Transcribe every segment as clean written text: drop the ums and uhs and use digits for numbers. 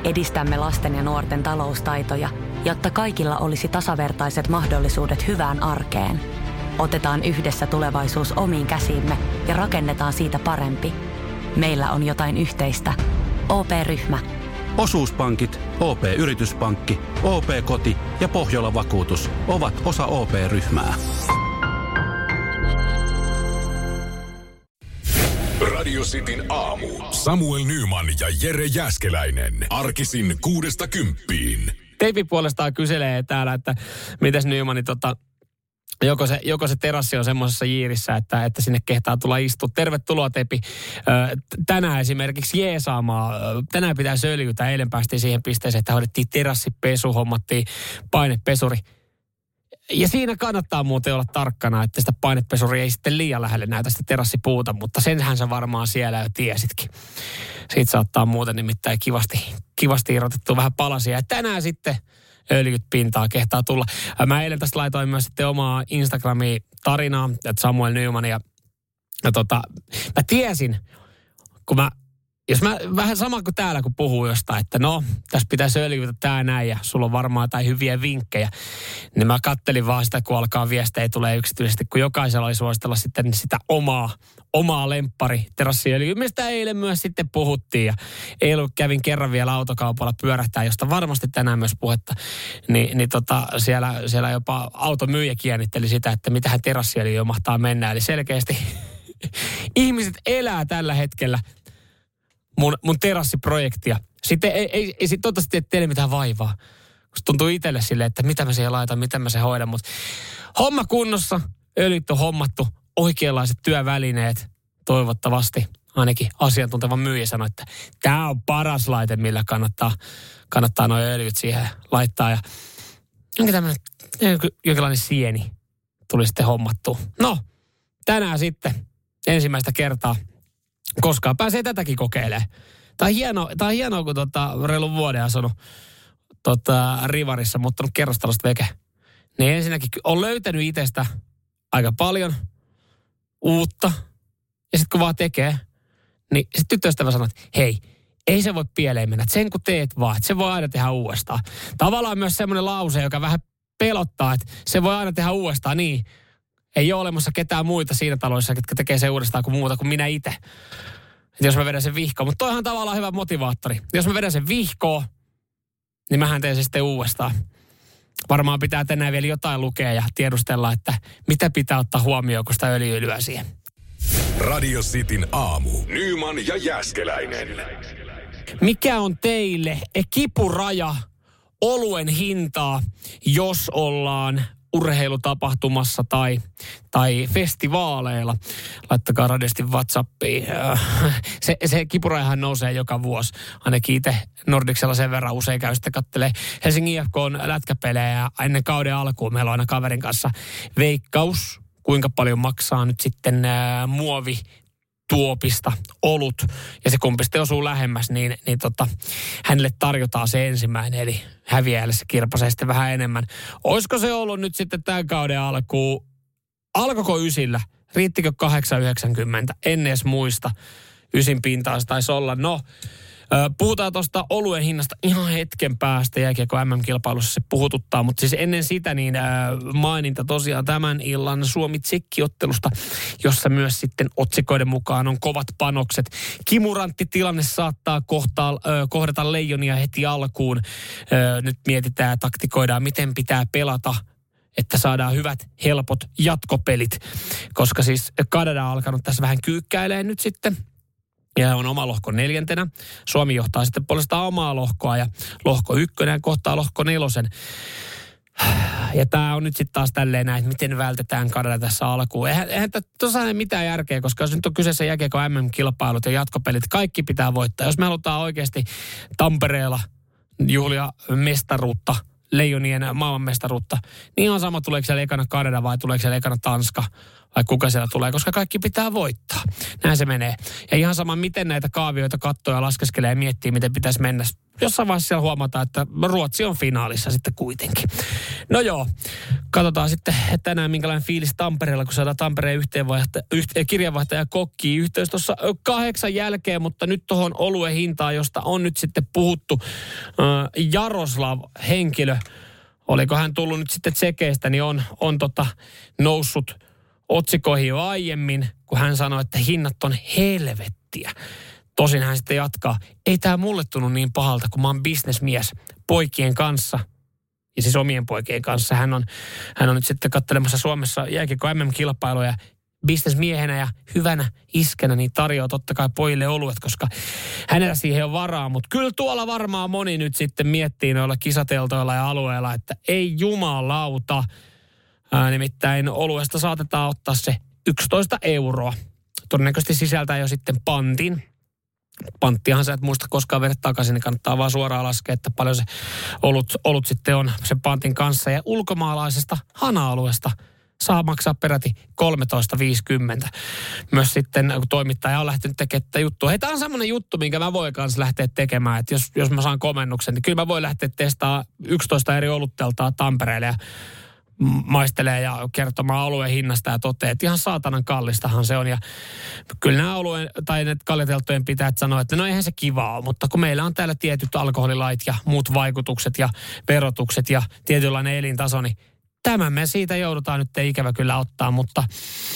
edistämme lasten ja nuorten taloustaitoja, jotta kaikilla olisi tasavertaiset mahdollisuudet hyvään arkeen. Otetaan yhdessä tulevaisuus omiin käsiimme ja rakennetaan siitä parempi. Meillä on jotain yhteistä. OP-ryhmä. Osuuspankit, OP-yrityspankki, OP-koti ja Pohjola-vakuutus ovat osa OP-ryhmää. Radio Cityn aamu. Samuel Nyman ja Jere Jääskeläinen. Arkisin 6–10. Teipi puolestaan kyselee täällä, että mitäs Nyman, joko se terassi on semmoisessa jiirissä, että sinne kehtaa tulla istua. Tervetuloa Teipi. Tänään esimerkiksi jeesaamaan. Tänään pitää öljytä. Eilen päästiin siihen pisteeseen, että hoidettiin terassipesu, hommattiin painepesuri. Ja siinä kannattaa muuten olla tarkkana, että sitä painepesuria ei sitten liian lähelle näytä sitä terassipuuta, mutta senhän sä varmaan siellä jo tiesitkin. Siitä saattaa muuten nimittäin kivasti irrotettua vähän palasia. Ja tänään sitten öljyt pintaa kehtaa tulla. Mä eilen tästä laitoin myös sitten omaa Instagramiin tarinaa, että Samuel Nyman ja mä tiesin, jos mä vähän sama kuin täällä, kun puhuu jostain, että no, tässä pitäisi öljytä tää näin ja sulla on varmaan tai hyviä vinkkejä, niin mä kattelin vaan sitä, kun alkaa viestejä tulee yksityisesti, kun jokaisella oli suositella sitten sitä omaa lemppari terassiöljyä, mistä eilen myös sitten puhuttiin. Ja eilen kävin kerran vielä autokaupalla pyörähtää, josta varmasti tänään myös puhetta, niin siellä jopa automyyjä kiennitteli sitä, että mitähän terassiöljyä mahtaa mennä. Eli selkeästi ihmiset elää tällä hetkellä mun terassiprojektia. Sitten ei toivottavasti tee teille mitään vaivaa. Koska tuntuu itselle silleen, että mitä mä siihen laitan, miten mä se hoidan. Mutta homma kunnossa, öljyt on hommattu, oikeanlaiset työvälineet, toivottavasti. Ainakin asiantunteva myyjä sanoi, että tämä on paras laite, millä kannattaa nuo öljyt siihen laittaa. Ja jonkinlainen sieni tuli sitten hommattua. No, tänään sitten ensimmäistä kertaa. Koskaan pääsee tätäkin kokeilemaan. Tämä on hienoa kun reilun vuoden asunut Rivarissa, muuttanut kerrostalosta veke. Niin ensinnäkin on löytänyt itsestä aika paljon uutta. Ja sitten kun vaan tekee, niin sitten tyttöystävä sanoo, että hei, ei se voi pieleen mennä. Sen kun teet vaan, että se voi aina tehdä uudestaan. Tavallaan myös semmoinen lause, joka vähän pelottaa, että se voi aina tehdä uudestaan niin. Ei ole olemassa ketään muita siinä taloissa, ketkä tekee se uudestaan kuin muuta kuin minä itse. Että jos mä vedän sen vihkoon. Mutta toihan tavallaan hyvä motivaattori. Jos mä vedän sen vihkoon, niin mähän teen sen sitten uudestaan. Varmaan pitää tänään vielä jotain lukea ja tiedustella, että mitä pitää ottaa huomioon, kun sitä öljyä lyö siihen. Radio Cityn aamu. Nyman ja Jääskeläinen. Mikä on teille kipuraja oluen hintaa, jos ollaan urheilutapahtumassa tai festivaaleilla? Laittakaa radiosti WhatsAppiin. Se kipurajahan nousee joka vuosi. Ainakin itse Nordicsella sen verran usein käy sitten kattelee Helsingin IFK:n lätkäpelejä ja ennen kauden alkuun meillä on aina kaverin kanssa veikkaus, kuinka paljon maksaa nyt sitten muovituopista olut. Ja se kumpi sitten osuu lähemmäs, niin hänelle tarjotaan se ensimmäinen, eli häviäjälle se kirpasee sitten vähän enemmän. Olisiko se ollut nyt sitten tämän kauden alkuun? Alkoiko ysillä? Riittikö 8,90? En edes muista. Ysin pintaa se taisi olla. No, puhutaan tuosta oluen hinnasta ihan hetken päästä. Jääkiekko MM-kilpailussa se puhututtaa, mutta siis ennen sitä niin maininta tosiaan tämän illan Suomi-Tsekki-ottelusta, jossa myös sitten otsikoiden mukaan on kovat panokset. Kimurantti tilanne saattaa kohdata Leijonia heti alkuun. Nyt mietitään ja taktikoidaan, miten pitää pelata, että saadaan hyvät, helpot jatkopelit. Koska siis Kanada on alkanut tässä vähän kyykkäilemään nyt sitten. Ja on oma lohko 4. Suomi johtaa sitten puolestaan omaa lohkoa ja lohko 1 kohtaa lohko 4. Ja tämä on nyt sitten taas tälleen näin, että miten vältetään Kanada tässä alkuun. Eihän tuossa ole mitään järkeä, koska jos nyt on kyseessä jääkiekko MM-kilpailut ja jatkopelit, kaikki pitää voittaa. Jos me halutaan oikeasti Tampereella juhlia mestaruutta, Leijonien maailmanmestaruutta, niin ihan sama, tuleeko siellä ekana Kanada vai tuleeko siellä ekana Tanska vai kuka siellä tulee, koska kaikki pitää voittaa. Näin se menee. Ja ihan sama, miten näitä kaavioita katsoo ja laskeskelee ja miettii, miten pitäisi mennä. Jossain vaiheessa siellä huomataan, että Ruotsi on finaalissa sitten kuitenkin. No joo, katsotaan sitten tänään minkälainen fiilis Tampereella, kun saadaan Tampereen kirjanvaihtaja Kokkiin yhteys tuossa 8 jälkeen, mutta nyt tuohon oluen hintaan, josta on nyt sitten puhuttu. Jaroslav-henkilö, oliko hän tullut nyt sitten tsekeistä, niin on noussut otsikoihin jo aiemmin, kun hän sanoi, että hinnat on helvettiä. Tosin hän sitten jatkaa, ei tämä mulle tunnu niin pahalta, kun mä oon bisnesmies poikien kanssa, ja siis omien poikien kanssa. Hän on nyt sitten katselemassa Suomessa jääkiekko MM-kilpailuja bisnesmiehenä ja hyvänä iskenä, niin tarjoaa totta kai pojille oluet, koska hänellä siihen on varaa. Mutta kyllä tuolla varmaan moni nyt sitten miettii noilla kisateltoilla ja alueilla, että ei jumalauta. Nimittäin oluesta saatetaan ottaa se 11 €. Todennäköisesti sisältää jo sitten pantin. Panttiahan sä et muista koskaan vedä takaisin, niin kannattaa vaan suoraan laskea, että paljon se olut sitten on sen pantin kanssa. Ja ulkomaalaisesta hana-alueesta saa maksaa peräti 13,50. Myös sitten, kun toimittaja on lähtenyt tekemään tätä juttua. Hei, tämä on semmoinen juttu, minkä mä voin kanssa lähteä tekemään. Että jos mä saan komennuksen, niin kyllä mä voin lähteä testaamaan 11 eri olutteltaa Tampereelle ja maistelee ja kertomaan alueen hinnasta ja toteaa, että ihan saatanan kallistahan se on. Ja kyllä nämä alueen tai ne kaljateltojen pitäjät sanoo, että no eihän se kivaa ole, mutta kun meillä on täällä tietyt alkoholilait ja muut vaikutukset ja verotukset ja tietynlainen elintaso, niin tämän me siitä joudutaan nyt ikävä kyllä ottaa, mutta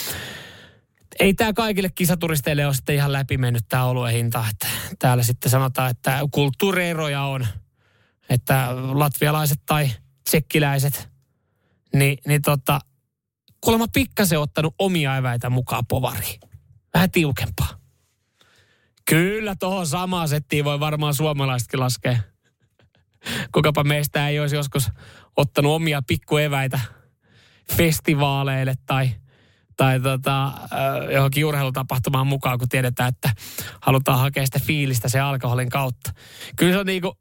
ei tämä kaikille kisaturisteille ole sitten ihan läpi mennyt tämä oluen hinta. Että täällä sitten sanotaan, että kulttuurieroja on, että latvialaiset tai tsekkiläiset niin kuulemma pikkasen ottanut omia eväitä mukaan povariin. Vähän tiukempaa. Kyllä tuohon samaan settiin voi varmaan suomalaisetkin laskea. Kukapa meistä ei olisi joskus ottanut omia pikkueväitä festivaaleille tai johonkin urheilutapahtumaan mukaan, kun tiedetään, että halutaan hakea sitä fiilistä sen alkoholin kautta. Kyllä se on niinku,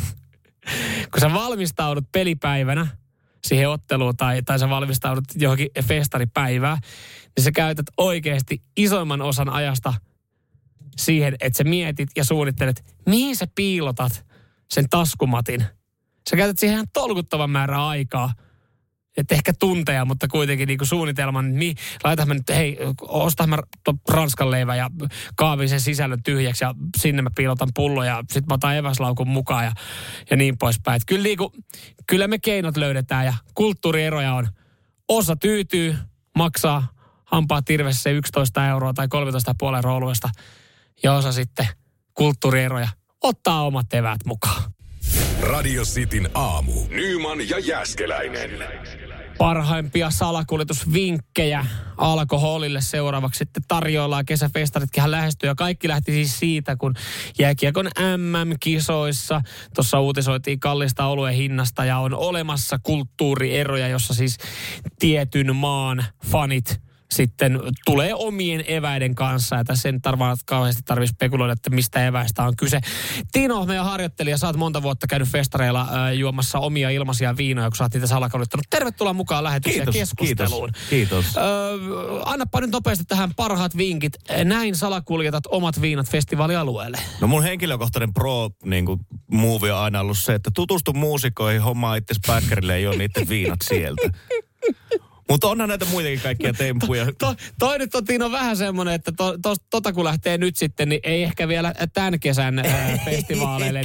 kun sä valmistaudut pelipäivänä siihen otteluun tai sä valmistaudut johonkin festaripäivään, niin sä käytät oikeasti isoimman osan ajasta siihen, että sä mietit ja suunnittelet, mihin sä piilotat sen taskumatin. Sä käytät siihen ihan tolkuttavan määrän aikaa, että ehkä tunteja, mutta kuitenkin niinku suunnitelman, niin laitan mä nyt, hei, ostan mä ranskan leivän ja kaavin sen sisällön tyhjäksi ja sinne mä piilotan pullon ja sit mä otan eväslaukun mukaan ja niin poispäin. Kyllä me keinot löydetään ja kulttuurieroja on. Osa tyytyy, maksaa hampaa tirvessä se 11 € tai 13,5 € oluesta ja osa sitten kulttuurieroja ottaa omat eväät mukaan. Radio Cityn aamu. Nyman ja Jääskeläinen. Parhaimpia salakuljetusvinkkejä alkoholille seuraavaksi sitten tarjoillaan. Kesäfestaritkinhan lähestyy ja kaikki lähti siis siitä, kun jääkiekon MM-kisoissa tuossa uutisoitiin kallista oluen hinnasta ja on olemassa kulttuurieroja, jossa siis tietyn maan fanit sitten tulee omien eväiden kanssa, ja tässä ei kauheasti tarvitse spekuloida, että mistä eväistä on kyse. Tino, meidän harjoittelija, sä oot monta vuotta käynyt festareilla juomassa omia ilmaisia viinoja, kun sä oot niitä salakuljettanut. Tervetuloa mukaan lähetykseen ja keskusteluun. Kiitos. Annapa nyt nopeasti tähän parhaat vinkit. Näin salakuljetat omat viinat festivaalialueelle. No mun henkilökohtainen pro-move on aina ollut se, että tutustu muusikoihin, hommaa itses päkkärille, ei ole niiden viinat sieltä. Mutta onhan näitä muitakin kaikkia temppuja. Toi nyt on, Tino, vähän semmoinen, että kun lähtee nyt sitten, niin ei ehkä vielä tämän kesän festivaaleille.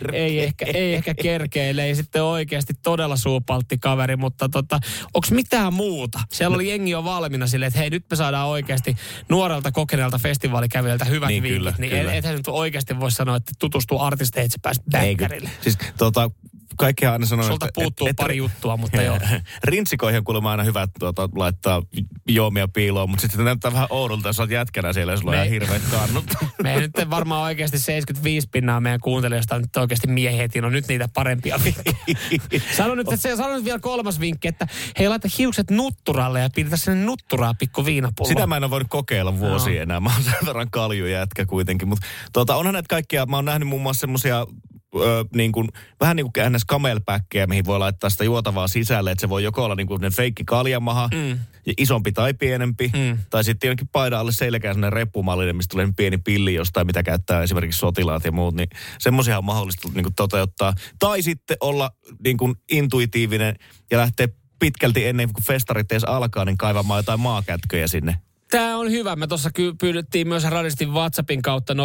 Ei ehkä kerkeille. Ei sitten oikeasti todella suupaltti kaveri, mutta onko mitään muuta? Siellä oli jengi jo valmiina silleen, että hei, nyt me saadaan oikeasti nuorelta kokeneelta festivaalikävijöiltä hyvät vinkit. Niin ethän nyt oikeasti voi sanoa, että tutustuu artisteihin, että sä pääset bäkkärille. Siis kaikki aina sanoo, sulta puuttuu pari juttua, mutta joo. Rintsikoihin on kuulemma aina hyvä laittaa juomia piiloon, mutta sitten näyttää vähän oudolta, jos olet jätkänä siellä ja sulla on ihan hirveät kannut. Me nyt varmaan oikeasti 75% meidän kuuntelijoista on nyt oikeasti miehiä, no nyt niitä parempia vinkkejä. Sano nyt vielä kolmas vinkki, että hei, laita hiukset nutturalle ja pidetään sinne nutturaa pikku viinapullo. Sitä mä en ole voinut kokeilla vuosia enää. Mä oon sen verran kalju jätkä kuitenkin, mutta onhan näitä kaikkia, mä oon nähnyt muun muassa semmosia vähän niin kuin ns. Camelbackia, mihin voi laittaa sitä juotavaa sisälle, että se voi joko olla niin kuin feikki kaljamaha, isompi tai pienempi, tai sitten jonkin paidan alle selkään sellainen reppumallinen, mistä tulee pieni pilli jostain, mitä käyttää esimerkiksi sotilaat ja muut, niin semmoisia on mahdollista niin kuin toteuttaa. Tai sitten olla niin kuin intuitiivinen ja lähteä pitkälti ennen kuin festarit edes alkaa, niin kaivamaan jotain maakätköjä sinne. Tämä on hyvä. Me tuossa pyydettiin myös radistin WhatsAppin kautta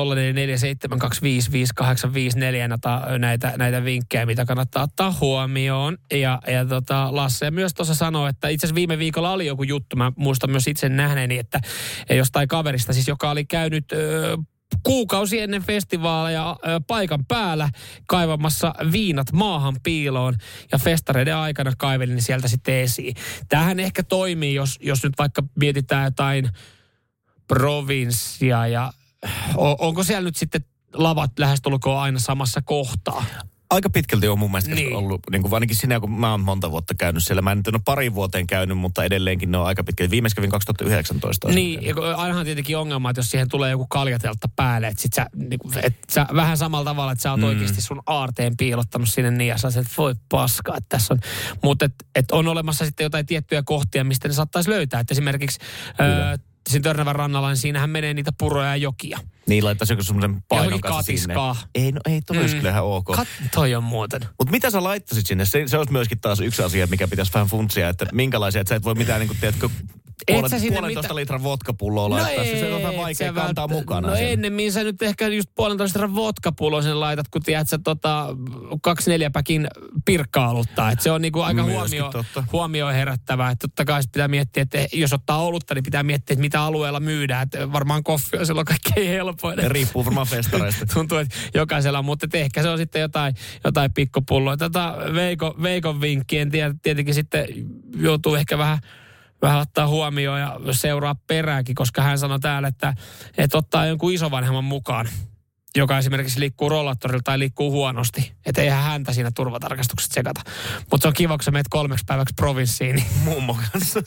0447255854 näitä vinkkejä, mitä kannattaa ottaa huomioon. Ja Lasse myös tuossa sanoi, että itse asiassa viime viikolla oli joku juttu, mä muistan myös itse nähneeni, että jostain kaverista siis, joka oli käynyt kuukausi ennen festivaaleja paikan päällä kaivamassa viinat maahan piiloon ja festareiden aikana kaivelin ne sieltä sitten esiin. Tämähän ehkä toimii, jos nyt vaikka mietitään jotain provinssia ja onko siellä nyt sitten lavat lähestulkoon aina samassa kohtaa? Aika pitkälti on mun mielestä ollut, niin kuin ainakin sinä, kun mä oon monta vuotta käynyt siellä. Mä en nyt ole pari vuoteen käynyt, mutta edelleenkin ne on aika pitkälti. Viimeis kävin 2019. Niin, ja ainahan tietenkin ongelma, että jos siihen tulee joku kaljateltta päälle, että sit sä vähän samalla tavalla, että sä oot oikeasti sun aarteen piilottanut sinne niin ja sä että voi paskaa, että tässä on. Mutta on olemassa sitten jotain tiettyjä kohtia, mistä ne saattaisi löytää. Että esimerkiksi siinä Törnävän rannalla, niin siinähän menee niitä puroja ja jokia. Niin, laittaisi joku semmoisen painon kanssa sinne. Ei, toi olisi kyllä ihan ok. Toi on muuten. Mutta mitä sä laittaisit sinne? Se olisi myöskin taas yksi asia, mikä pitäisi vähän funtsia, että minkälaisia, että sä et voi mitään, niin kuin tiedätkö, puolentoista litran vodkapulloa laittaa. Se on vähän vaikea kantaa mukana. No ennemmin sä nyt ehkä just 1,5 litran vodkapulloa sen laitat, kun tiedät sä 2-4-päkin pirkka-alutta. Et se on niinku aika huomioon herättävää. Et totta kai pitää miettiä, että jos ottaa olutta, niin pitää miettiä, että mitä alueella myydään. Et varmaan koffi on silloin kaikkein helpoin. Riippuu varmaan festareista. Tuntuu, että jokaisella, mutta ehkä se on sitten jotain pikkupulloa. Veikon vinkkien tietenkin sitten joutuu ehkä vähän ottaa huomioon ja seuraa perääkin, koska hän sanoi täällä, että ottaa jonkun isovanhemman mukaan, joka esimerkiksi liikkuu rollattorilla tai liikkuu huonosti. Että eihän häntä siinä turvatarkastuksessa tsekata. Mutta se on kiva, kun sä meet 3 päiväksi provinssiin. Niin mummo kanssa.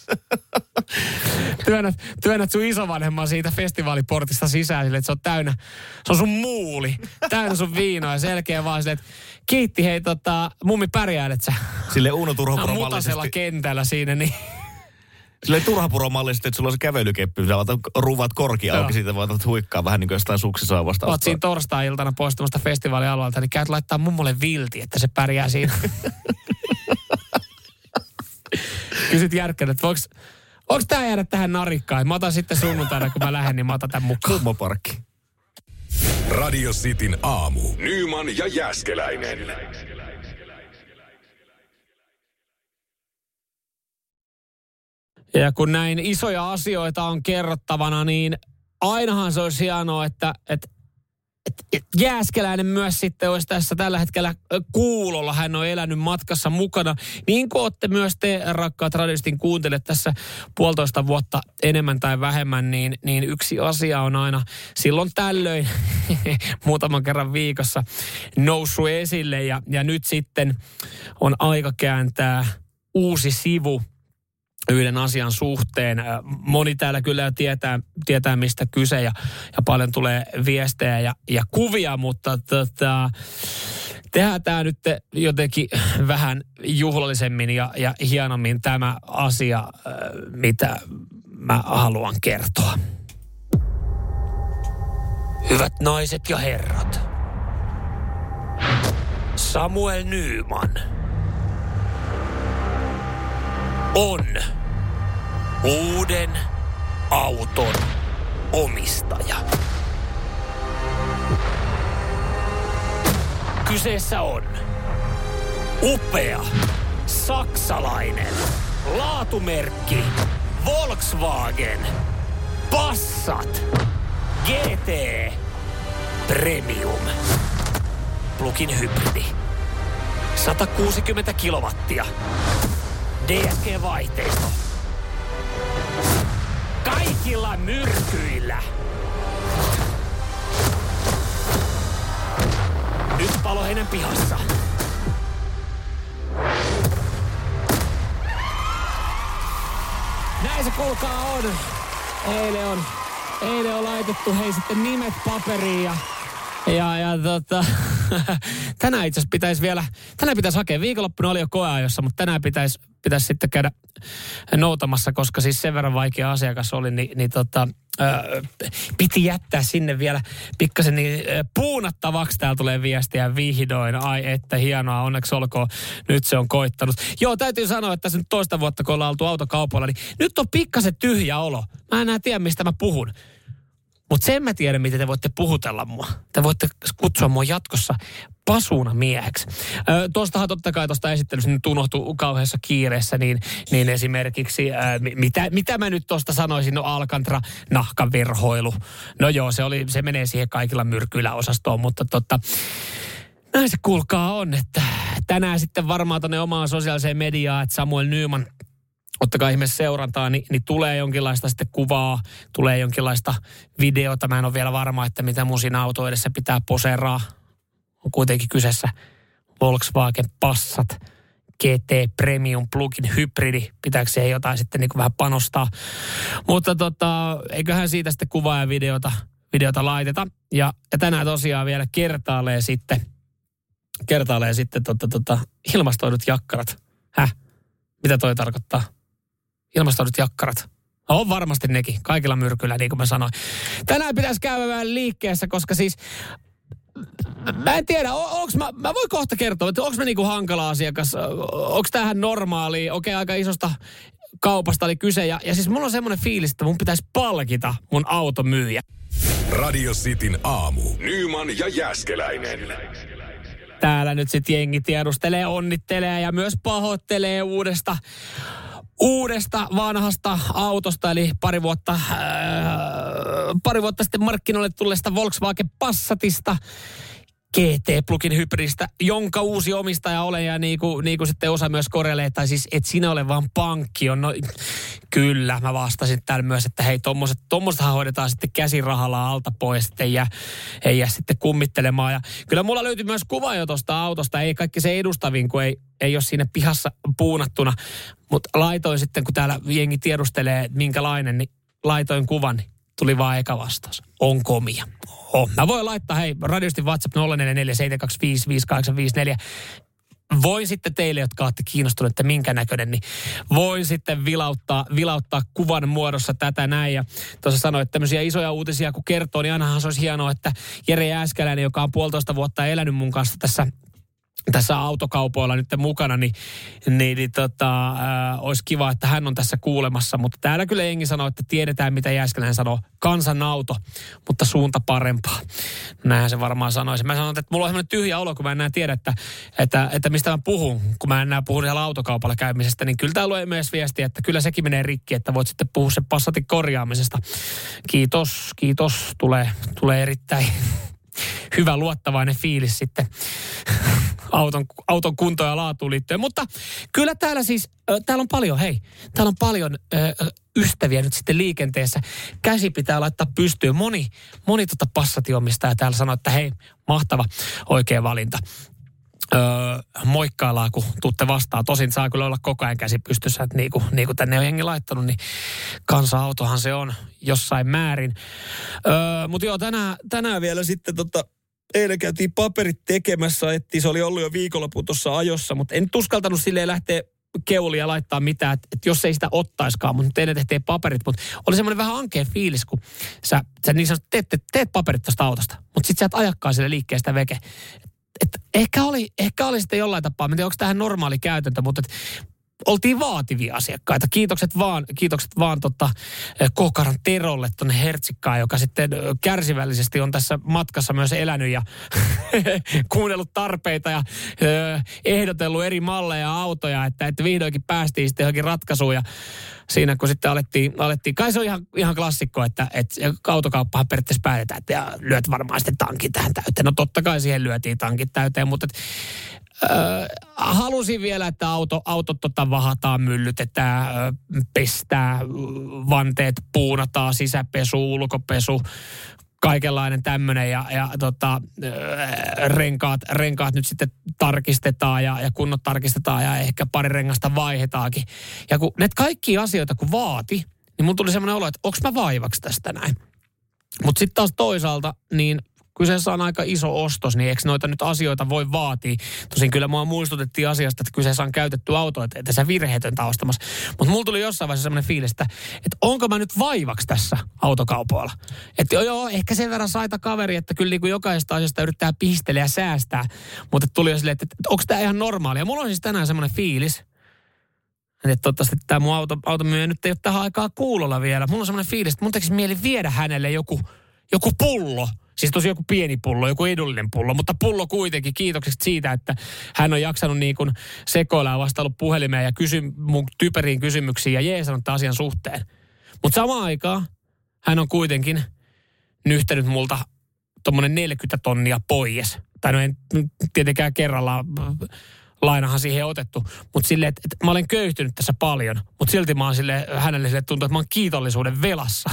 työnnät sun isovanhemman siitä festivaaliportista sisään sille, että se on täynnä, se on sun muuli, täynnä sun viinoa ja selkeä vaan sille, että kiitti hei mummi pärjäälet sä. Sille Uno Turhapuro-mallisesti. Mutasella kentällä siinä, niin silleen Turhapuro-mallisesti, että sulla on se kävelykeppi, sä ruuvat korki auki, siitä voit huikkaa vähän niin kuin jostain suksisaavasta. Oot siinä torstai-iltana poistumasta festivaalialueelta, niin käyt laittaa mummolle vilti, että se pärjää siinä. Kysyt Järkkänä, että voiko tää jäädä tähän narikkaan? Mä otan sitten sunnuntaina, kun mä lähden, niin mä otan tämän mukaan. Mummoparkki. Radio Cityn aamu. Nyman ja Jääskeläinen. Ja kun näin isoja asioita on kerrottavana, niin ainahan se olisi hienoa, että Jääskeläinen myös sitten olisi tässä tällä hetkellä kuulolla. Hän on elänyt matkassa mukana. Niin kuin olette myös te, rakkaat radiostin kuuntelijat, tässä 1,5 vuotta enemmän tai vähemmän, niin yksi asia on aina silloin tällöin muutaman kerran viikossa noussut esille. Ja nyt sitten on aika kääntää uusi sivu yhden asian suhteen. Moni täällä kyllä tietää mistä kyse ja paljon tulee viestejä ja kuvia, mutta tehdään tämä nyt jotenkin vähän juhlallisemmin ja hienommin tämä asia, mitä mä haluan kertoa. Hyvät naiset ja herrat, Samuel Nyman on uuden auton omistaja. Kyseessä on upea saksalainen laatumerkki Volkswagen Passat GT Premium plug-in hybridi. 160 kilowattia. DSG-vaihteisto. Kaikilla myrkyillä. Nyt Paloheinän pihassa. Näin se kuulkaa on. Eilen on laitettu hei sitten nimet paperiin ja tänään itse asiassa pitäisi hakea. Viikonloppuna oli jo koeajossa, mutta tänään pitäisi sitten käydä noutamassa, koska siis sen verran vaikea asiakas oli, piti jättää sinne vielä pikkasen puunattavaksi. Täällä tulee viestiä vihdoin. Ai että hienoa, onneksi olkoon. Nyt se on koittanut. Joo, täytyy sanoa, että tässä nyt toista vuotta, kun ollaan oltu autokaupalla, niin nyt on pikkasen tyhjä olo. Mä en enää tiedä, mistä mä puhun. Mutta sen mä tiedän, miten te voitte puhutella mua. Te voitte kutsua mua jatkossa pasuna mieheksi. Tuostahan totta kai tuosta esittelystä nyt unohtui kauheassa kiireessä, niin esimerkiksi, mitä mä nyt tuosta sanoisin, no Alcantara, nahkaverhoilu. No joo, se menee siihen kaikilla myrkyillä osastoon, mutta näin se kuulkaa on, että tänään sitten varmaan tuonne omaan sosiaaliseen mediaan, että Samuel Nyman, ottakaa ihmeessä seurantaa, niin tulee jonkinlaista sitten kuvaa, tulee jonkinlaista videota. Mä en ole vielä varma, että mitä mun siinä auto edessä pitää poseeraa. On kuitenkin kyseessä Volkswagen Passat GT Premium Plug-in hybridi. Pitääkö siihen jotain sitten niin kuin vähän panostaa. Mutta eiköhän siitä sitten kuvaa ja videota laiteta. Ja tänään tosiaan vielä kertaalee sitten ilmastoidut jakkarat. Mitä toi tarkoittaa? Ilmastoidut jakkarat. On varmasti nekin, kaikilla myrkyillä, niin kuin mä sanoin. Tänään pitäisi käydä vähän liikkeessä, koska siis mä en tiedä, mä voin kohta kertoa, että onko mä niinku hankala asiakas, onko tämähän normaali, aika isosta kaupasta oli kyse. Ja siis mulla on semmoinen fiilis, että mun pitäisi palkita mun automyyjä. Radio Cityn aamu. Nyman ja Jääskeläinen. Täällä nyt sitten jengi tiedustelee, onnittelee ja myös pahoittelee uudesta vanhasta autosta, eli pari vuotta sitten markkinoille tulleesta Volkswagen Passatista, GT Plug-in hybridistä, jonka uusi omistaja olen, ja niin kuin sitten osa myös korrelee, tai siis et sinä ole vaan pankki on. No kyllä, mä vastasin täällä myös, että hei, tommostahan hoidetaan sitten käsirahalla alta pois, sitten ei jää sitten kummittelemaan. Ja kyllä mulla löytyi myös kuva jo tuosta autosta, ei kaikki se edustavin, kun ei ole siinä pihassa puunattuna, mutta laitoin sitten, kun täällä jengi tiedustelee, minkälainen, niin laitoin kuvan, niin tuli vaan eka vastaus. On komia. Mä voin laittaa, hei, radiostin WhatsApp 0447255854. Voin sitten teille, jotka olette kiinnostuneet, että minkä näköinen, niin voin sitten vilauttaa kuvan muodossa tätä näin. Ja tuossa sanoin, että tämmöisiä isoja uutisia kun kertoo, niin ainahan se olisi hienoa, että Jere Jääskeläinen, joka on 1,5 vuotta elänyt mun kanssa tässä autokaupoilla nyt mukana, olisi kiva, että hän on tässä kuulemassa. Mutta täällä kyllä jengi sanoo, että tiedetään, mitä Jääskeläinen sanoo. Kansanauto, mutta suunta parempaa. Näinhän se varmaan sanoisi. Mä sanon, että mulla on semmoinen tyhjä olo, kun mä en enää tiedä, että mistä mä puhun. Kun mä en enää puhu siellä autokaupalla käymisestä, niin kyllä täällä on myös viestiä, että kyllä sekin menee rikki, että voit sitten puhua sen Passatin korjaamisesta. Kiitos. Tulee erittäin hyvä luottavainen fiilis sitten auton kuntoon ja laatuun liittyen. Mutta kyllä täällä siis, täällä on paljon ystäviä nyt sitten liikenteessä. Käsi pitää laittaa pystyyn. Moni Passat-omistaja täällä sanoo, että hei, mahtava oikea valinta. Moikkaillaan, kun tuutte vastaan. Tosin saa kyllä olla koko ajan käsi pystyssä, että niin kuin tänne on jengi laittanut, niin kansa-autohan se on jossain määrin. Mutta joo, tänään vielä sitten eilen käytiin paperit tekemässä, että se oli ollut jo viikonloppu tuossa ajossa, mutta en uskaltanut silleen lähteä keulia laittaa mitään, että jos ei sitä ottaiskaan, mutta teille tehtiin paperit, mutta oli semmoinen vähän ankea fiilis, kun sä niin sanotusti teet paperit tuosta autosta, mutta sit sä et ajakkaan sille liikkeestä veke. Ehkä oli sitten jollain tapaa, en tiedä, onko tähän normaali käytäntö, mutta oltiin vaativia asiakkaita. Kiitokset vaan Kokaran Terolle tuonne Hertsikkaan, joka sitten kärsivällisesti on tässä matkassa myös elänyt ja kuunnellut tarpeita ja ehdotellut eri malleja ja autoja, että vihdoinkin päästiin sitten johonkin ratkaisuun. Ja siinä kun sitten alettiin, kai se on ihan klassikko, että autokauppahan periaatteessa päätetään, että lyöt varmaan sitten tankin tähän täyteen. No totta kai siihen lyötiin tankit täyteen, mutta halusin vielä, että autot vahataan, myllytetään, pestää, vanteet puunataan, sisäpesu, ulkopesu, kaikenlainen tämmöinen ja renkaat nyt sitten tarkistetaan ja kunnot tarkistetaan ja ehkä pari rengasta vaihdetaankin. Ja kun näitä kaikkia asioita kun vaati, niin mun tuli semmoinen olo, että onko mä vaivaksi tästä näin. Mutta sitten taas toisaalta, niin kyseessä on aika iso ostos, niin eikö noita nyt asioita voi vaatia? Tosin kyllä mua muistutettiin asiasta, että kyseessä on käytetty auto, että sä virheetöntä ostamassa. Mutta mulla tuli jossain vaiheessa semmoinen fiilis, että onko mä nyt vaivaksi tässä autokaupoilla? Että joo, ehkä sen verran saita kaveri, että kyllä niin kuin jokaisesta asiasta yrittää pihistellä ja säästää. Mutta tuli jo silleen, että onko tämä ihan normaalia? Mulla on siis tänään semmoinen fiilis, että toivottavasti tämä mun automyyjä nyt ei ole tähän aikaa kuulolla vielä. Mulla on semmoinen fiilis, että mun tekisi mieli viedä hänelle joku pullo. Siis tosi joku pieni pullo, joku edullinen pullo, mutta pullo kuitenkin. Kiitokset siitä, että hän on jaksanut niin kuin sekoilla ja vastaillut puhelimeen ja mun typeriin kysymyksiin ja jeesannut tämän asian suhteen. Mutta samaan aikaan hän on kuitenkin nyhtänyt multa tommonen 40 tonnia pois. Tai no en tietenkään kerrallaan, lainahan siihen otettu, mutta silleen, että mä olen köyhtynyt tässä paljon, mutta silti mä oon hänelle sille tuntuu, että mä oon kiitollisuuden velassa.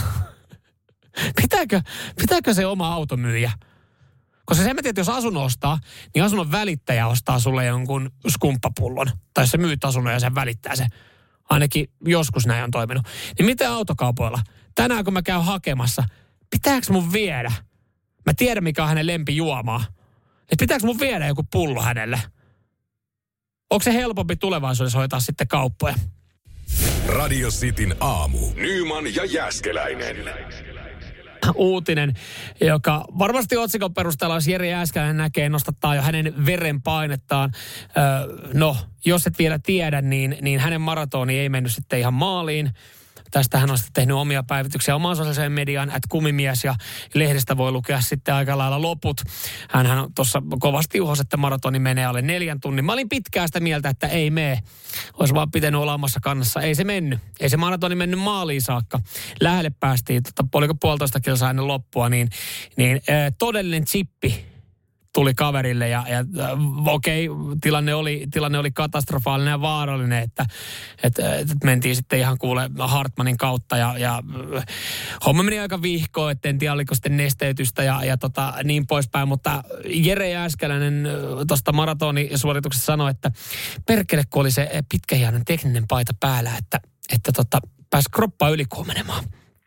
Pitääkö se oma automyyjä? Koska se mä tiedän, että jos asunnon ostaa, niin asunnon välittäjä ostaa sulle jonkun skumppapullon. Tai se myyt asunnon ja sen välittää se. Ainakin joskus näin on toiminut. Niin mitä autokaupoilla? Tänään kun mä käyn hakemassa, pitääkö mun viedä? Mä tiedän, mikä on hänen lempijuomaa. Niin pitääkö mun viedä joku pullo hänelle? Onko se helpompi tulevaisuudessa hoitaa sitten kauppoja? Radio Cityn aamu. Nyman ja Jääskeläinen. Uutinen, joka varmasti otsikon perusteella, jos Jere Jääskeläinen näkee, nostattaa jo hänen verenpainettaan. No, jos et vielä tiedä, niin hänen maratoni ei mennyt sitten ihan maaliin. Tästä hän on sitten tehnyt omia päivityksiä omaan sosiaaliseen mediaan, @kumimies, ja lehdestä voi lukea sitten aika lailla loput. Hänhän on tuossa kovasti uhosi, että maratoni menee alle 4 tunnin. Mä olin pitkään sitä mieltä, että ei mene. Olisi vaan olla omassa kannassa. Ei se mennyt. Ei se maratoni mennyt maaliin saakka. Lähelle päästiin, oliko 1,5 kilsaa ennen loppua, niin todellinen chippi tuli kaverille ja okei, tilanne oli katastrofaalinen ja vaarallinen, että mentiin sitten ihan Hartmanin kautta ja homma meni aika vihkoon, että en tiedä oliko sitten nesteytystä ja niin poispäin, mutta Jere Jääskeläinen tuosta maratonisuorituksesta sanoi, että perkele kun oli se pitkähihainen tekninen paita päällä, että pääsi kroppaa ylikuumenemaan.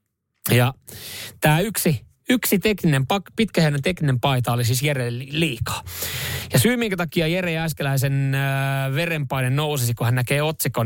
Ja tämä yksi pitkähihainen tekninen paita oli siis Jerelle liikaa. Ja syy, minkä takia Jere Jääskeläisen verenpaine nousisi, kun hän näkee otsikon,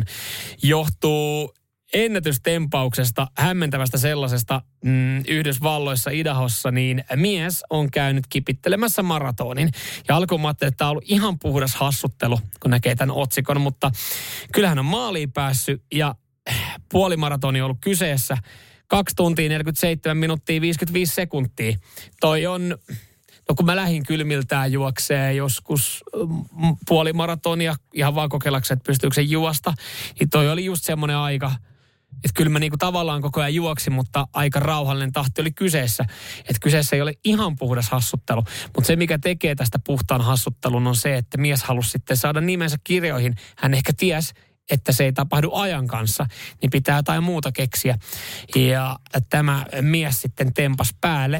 johtuu ennätystempauksesta, hämmentävästä sellaisesta Yhdysvalloissa Idahossa, niin mies on käynyt kipittelemässä maratonin. Ja alkuun mä ajattelin, että tämä on ollut ihan puhdas hassuttelu, kun näkee tämän otsikon, mutta kyllähän on maaliin päässyt ja puolimaratoni on ollut kyseessä. 2 tuntia 47 minuuttia 55 sekuntia. Toi on, kun mä lähdin kylmiltään juoksee joskus puolimaratonia, ihan vaan kokeillakseen, että pystyykö se juosta, niin toi oli just semmoinen aika, että kyllä mä niinku tavallaan koko ajan juoksin, mutta aika rauhallinen tahti oli kyseessä. Että kyseessä ei ole ihan puhdas hassuttelu, mutta se mikä tekee tästä puhtaan hassuttelun on se, että mies halusi sitten saada nimensä kirjoihin. Hän ehkä tiesi, että se ei tapahdu ajan kanssa, niin pitää jotain muuta keksiä. Ja tämä mies sitten tempas päälle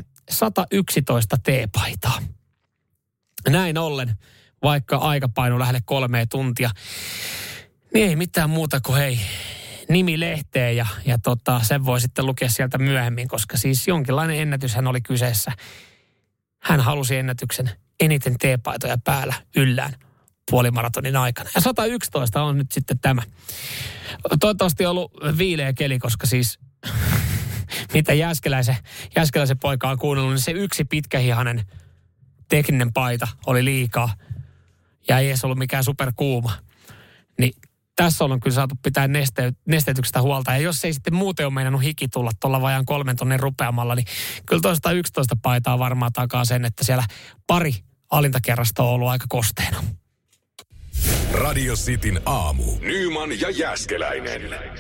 111 T-paitaa. Näin ollen, vaikka aika painui lähelle 3 tuntia, niin ei mitään muuta kuin hei, nimi lehteen ja sen voi sitten lukea sieltä myöhemmin, koska siis jonkinlainen ennätyshän oli kyseessä. Hän halusi ennätyksen eniten T-paitoja päällä yllään puolimaratonin aikana. Ja 111 on nyt sitten tämä. Toivottavasti on ollut viileä keli, koska siis mitä Jääskeläisen poika on kuunnellut, niin se yksi pitkähihainen tekninen paita oli liikaa. Ja ei edes ollut mikään superkuuma. Niin tässä on kyllä saatu pitää nesteytyksestä huolta. Ja jos ei sitten muuten ole meinannut hiki tulla tuolla vajaan 3 tonnin rupeamalla, niin kyllä 111 paitaa varmaan takaa sen, että siellä pari alintakerrasta on ollut aika kosteena. Radio Cityn aamu. Nyman ja Jääskeläinen.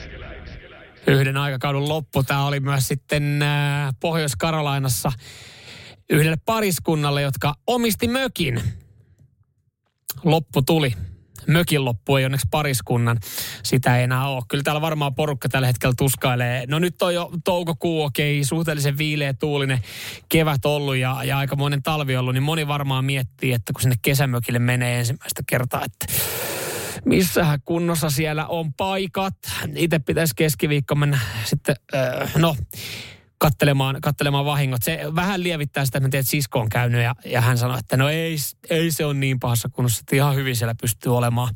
Yhden aikakauden loppu. Tämä oli myös sitten Pohjois-Karolainassa yhdelle pariskunnalle, jotka omisti mökin. Loppu tuli. Mökin loppu ei onneksi pariskunnan. Sitä ei enää ole. Kyllä täällä varmaan porukka tällä hetkellä tuskailee. No nyt on jo toukokuu, okei, suhteellisen viileä tuulinen kevät ollut ja aikamoinen talvi ollut, niin moni varmaan miettii, että kun sinne kesämökille menee ensimmäistä kertaa, että missähän kunnossa siellä on paikat. Itse pitäisi keskiviikko mennä sitten, kattelemaan vahingot. Se vähän lievittää sitä, että mä tiedän, että sisko on käynyt ja hän sanoi, että no ei se ole niin pahassa kunnossa, että ihan hyvin siellä pystyy olemaan.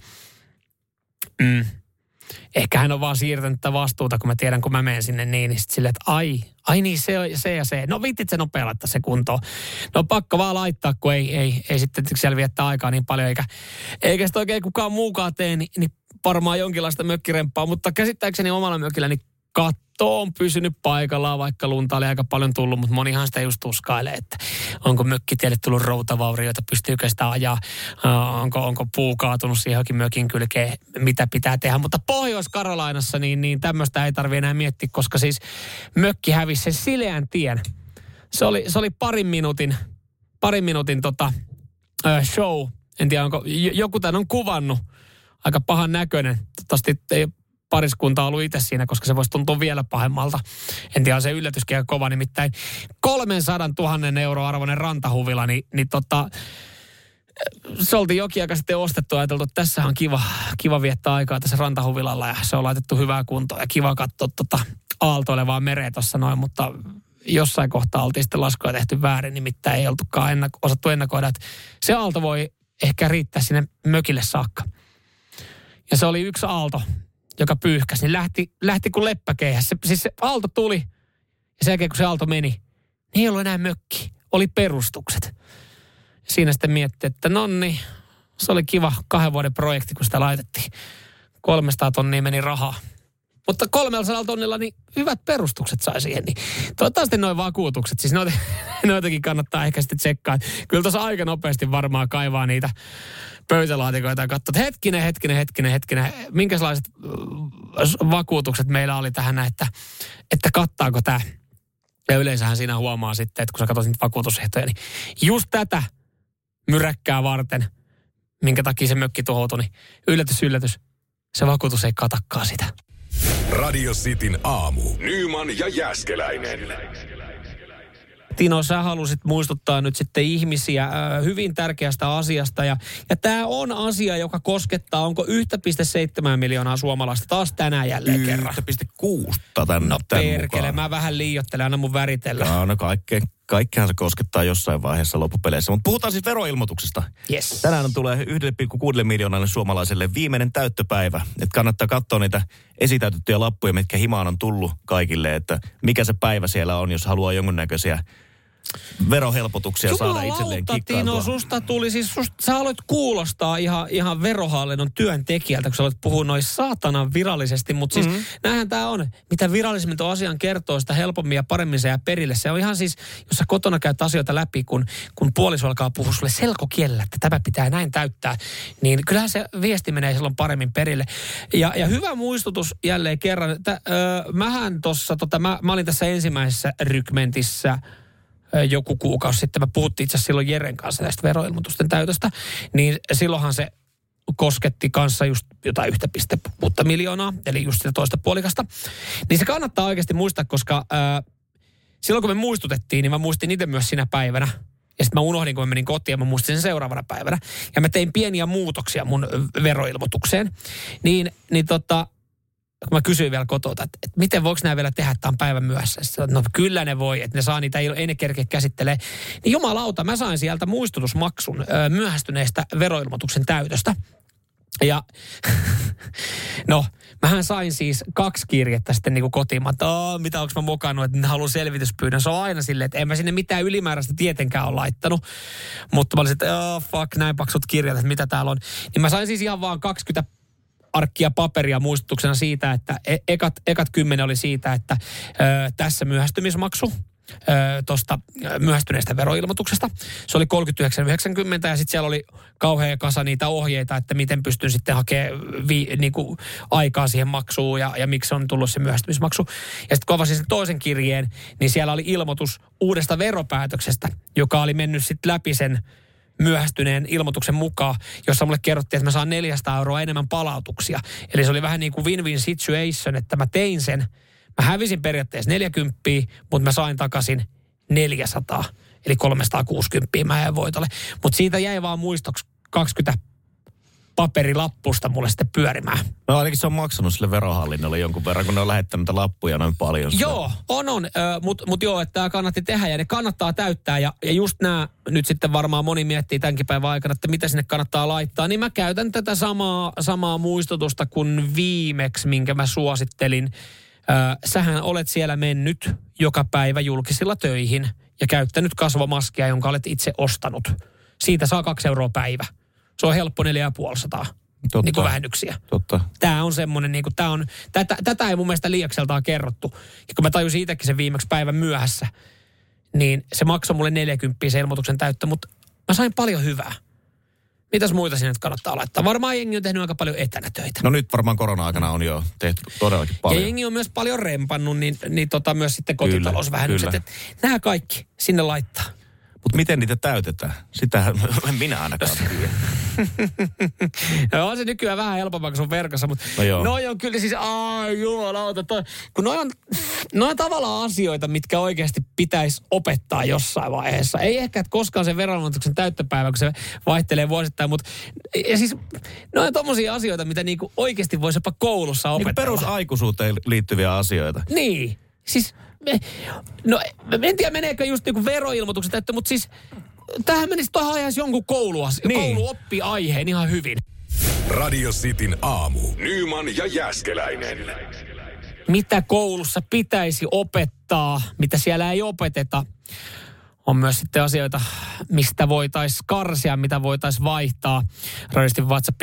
Ehkä hän on vaan siirtänyt tätä vastuuta, kun mä tiedän, kun mä menen sinne niin sitten silleen, että ai niin se ja se. No viittit se nopea laittaa se kuntoon. No pakko vaan laittaa, kun ei sitten siellä viettää aikaa niin paljon, eikä sitä oikein kukaan muukaan tee, niin varmaan jonkinlaista mökkiremppaa, mutta käsittääkseni omalla mökillä niin katto on pysynyt paikallaan, vaikka lunta oli aika paljon tullut, mutta monihan sitä just tuskailee, että onko mökkitielle tullut routavaurioita, pystyykö sitä ajaa, onko puu kaatunut siihen johonkin mökin kylkeen, mitä pitää tehdä. Mutta Pohjois-Karolainassa niin tämmöistä ei tarvitse enää miettiä, koska siis mökki hävisi sen sileän tien. Se oli parin minuutin show. En tiedä, onko joku tämän on kuvannut. Aika pahan näköinen. Toivottavasti ei pariskunta on ollut itse siinä, koska se voisi tuntua vielä pahemmalta. En tiedä, on se yllätyskin aika kova. Nimittäin 300 000 euroa arvoinen rantahuvila, se oltiin jokin aika sitten ostettu ja ajateltu, että tässä on kiva viettää aikaa tässä rantahuvilalla ja se on laitettu hyvää kuntoa ja kiva katsoa aaltoilevaa mereä tuossa noin, mutta jossain kohtaa oltiin sitten laskuja tehty väärin, nimittäin ei oltukaan osattu ennakoida, että se aalto voi ehkä riittää sinne mökille saakka. Ja se oli yksi aalto, joka pyyhkäsi, niin lähti kuin leppäkeihäs. Siis se aalto tuli ja sen jälkeen kun se aalto meni, niin ei ollut enää mökki, oli perustukset. Siinä sitten mietti, että nonni, se oli kiva 2 vuoden projekti, kun sitä laitettiin. 300 tonnia meni rahaa. Mutta 300 tonnilla niin hyvät perustukset sai siihen. Niin toivottavasti noin vakuutukset, siis noitakin kannattaa ehkä sitten tsekkaa. Kyllä tuossa aika nopeasti varmaan kaivaa niitä pöytälaatikoita ja katsoa, että hetkinen. Minkälaiset vakuutukset meillä oli tähän, että kattaako tämä. Ja yleensähän siinä huomaa sitten, että kun sä katsot niitä vakuutusehtoja, niin just tätä myräkkää varten, minkä takia se mökki tuhoutui, niin yllätys, se vakuutus ei katakaan sitä. Radio Cityn aamu. Nyman ja Jääskeläinen. Tino, sä halusit muistuttaa nyt sitten ihmisiä hyvin tärkeästä asiasta. Ja tämä on asia, joka koskettaa, onko 1,7 miljoonaa suomalaista taas tänään jälleen kerran. 1,6 tämän perkele, mukaan. mä vähän liioittelen, anna mun väritellä. No kaikkeahan se koskettaa jossain vaiheessa loppupeleissä. Mutta puhutaan siis veroilmoituksesta. Yes. Tänään tulee 1,6 miljoonalle suomalaiselle viimeinen täyttöpäivä. Että kannattaa katsoa niitä esitäytettyjä lappuja, mitkä himaan on tullut kaikille, että mikä se päivä siellä on, jos haluaa jonkunnäköisiä verohelpotuksia saada itselleen kikkailtua. Tino, susta tuli siis, sä aloit kuulostaa ihan verohallinnon työntekijältä, kun sä aloit puhua noin saatanan virallisesti, mutta siis näinhän tää on. Mitä virallisemmin tuon asian kertoo, sitä helpommin ja paremmin se jää perille. Se on ihan siis, jos sä kotona käyt asioita läpi, kun puoliso alkaa puhua sulle selkokielellä, että tämä pitää näin täyttää, niin kyllähän se viesti menee silloin paremmin perille. Ja hyvä muistutus jälleen kerran, että mähän tossa, mä olin tässä ensimmäisessä rykmentissä joku kuukausi sitten, mä puhuttiin itse asiassa silloin Jeren kanssa tästä veroilmoitusten täytöstä, niin silloinhan se kosketti kanssa just jotain 1,6 miljoonaa, eli just sitä toista puolikasta. Niin se kannattaa oikeasti muistaa, koska silloin kun me muistutettiin, niin mä muistin itse myös sinä päivänä. Ja sitten mä unohdin, kun mä menin kotiin ja mä muistin sen seuraavana päivänä. Ja mä tein pieniä muutoksia mun veroilmoitukseen. Kun mä kysyin vielä kotota, että miten voiko nämä vielä tehdä, että on päivän myöhässä. Sitten, no kyllä ne voi, että ne saa niitä, ei ne kerkeä käsittelee. Niin jumalauta, mä sain sieltä muistutusmaksun myöhästyneestä veroilmoituksen täytöstä. Ja no, mähän sain siis 2 kirjettä sitten niin kuin kotiin. Mä mitä onko mä mokannut, että haluan selvityspyynnön. Se on aina silleen, että en mä sinne mitään ylimääräistä tietenkään ole laittanut. Mutta mä olisin, että fuck, näin paksut kirjat, että mitä täällä on. Niin mä sain siis ihan vaan 20 arkkia paperia muistutuksena siitä, että ekat 10 oli siitä, että tässä myöhästymismaksu tuosta myöhästyneestä veroilmoituksesta. Se oli 39,90 ja sitten siellä oli kauhea kasa niitä ohjeita, että miten pystyn sitten hakemaan niinku aikaa siihen maksuun ja miksi on tullut se myöhästymismaksu. Ja sitten kun avasin sen toisen kirjeen, niin siellä oli ilmoitus uudesta veropäätöksestä, joka oli mennyt sitten läpi sen myöhästyneen ilmoituksen mukaan, jossa mulle kerrottiin, että mä saan 400 euroa enemmän palautuksia. Eli se oli vähän niin kuin win-win situation, että mä tein sen. Mä hävisin periaatteessa 40, mutta mä sain takaisin 400. Eli 360 mä jäin voitolle. Mutta siitä jäi vaan muistoksi 20 paperilappusta mulle sitten pyörimään. No ainakin se on maksanut sille verohallinnolle jonkun verran, kun ne on lähettänyt niitä lappuja noin paljon. Joo, on. Mutta joo, että tämä kannatti tehdä ja ne kannattaa täyttää. Ja just nämä, nyt sitten varmaan moni miettii tämänkin päivän aikana, että mitä sinne kannattaa laittaa. Niin mä käytän tätä samaa muistutusta kuin viimeksi, minkä mä suosittelin. Sähän olet siellä mennyt joka päivä julkisilla töihin ja käyttänyt kasvomaskia, jonka olet itse ostanut. Siitä saa 2 euroa päivä. Se on helppo 450 niin kuin vähennyksiä. Totta. Tämä on semmoinen, niin kuin, tätä ei mun mielestä liiakseltaan kerrottu. Ja kun mä tajusin itsekin sen viimeksi päivän myöhässä, niin se maksoi mulle 40 se ilmoituksen täyttö, mutta mä sain paljon hyvää. Mitäs muita sinne nyt kannattaa laittaa? Varmaan jengi on tehnyt aika paljon etänä töitä. No nyt varmaan korona-aikana on jo tehty todellakin paljon. Ja jengi on myös paljon rempannut, niin myös sitten kotitalousvähennykset. Nämä kaikki sinne laittaa. Mutta miten niitä täytetään? Sitähän en minä ainakaan tiedä. No on se nykyään vähän helpompaa kuin sun verkossa, mutta noi on kyllä siis, jumalauta. Kun noi on tavallaan asioita, mitkä oikeasti pitäisi opettaa jossain vaiheessa. Ei ehkä, että koskaan se veronilmoituksen täyttöpäivä, kun se vaihtelee vuosittain, mutta ja siis noi on tommosia asioita, mitä niinku oikeasti voisi jopa koulussa opetella. Niin perusaikuisuuteen liittyviä asioita. Niin, siis no en tiedä meneekö just niinku veroilmoituksen täyttö, mutta siis tämähän menisi tuohon ajaisi jonkun kouluoppi-aiheen ihan hyvin. Radio Cityn aamu. Nyman ja Jääskeläinen. Mitä koulussa pitäisi opettaa, mitä siellä ei opeteta, on myös sitten asioita, mistä voitaisiin karsia, mitä voitaisiin vaihtaa. Radistin WhatsApp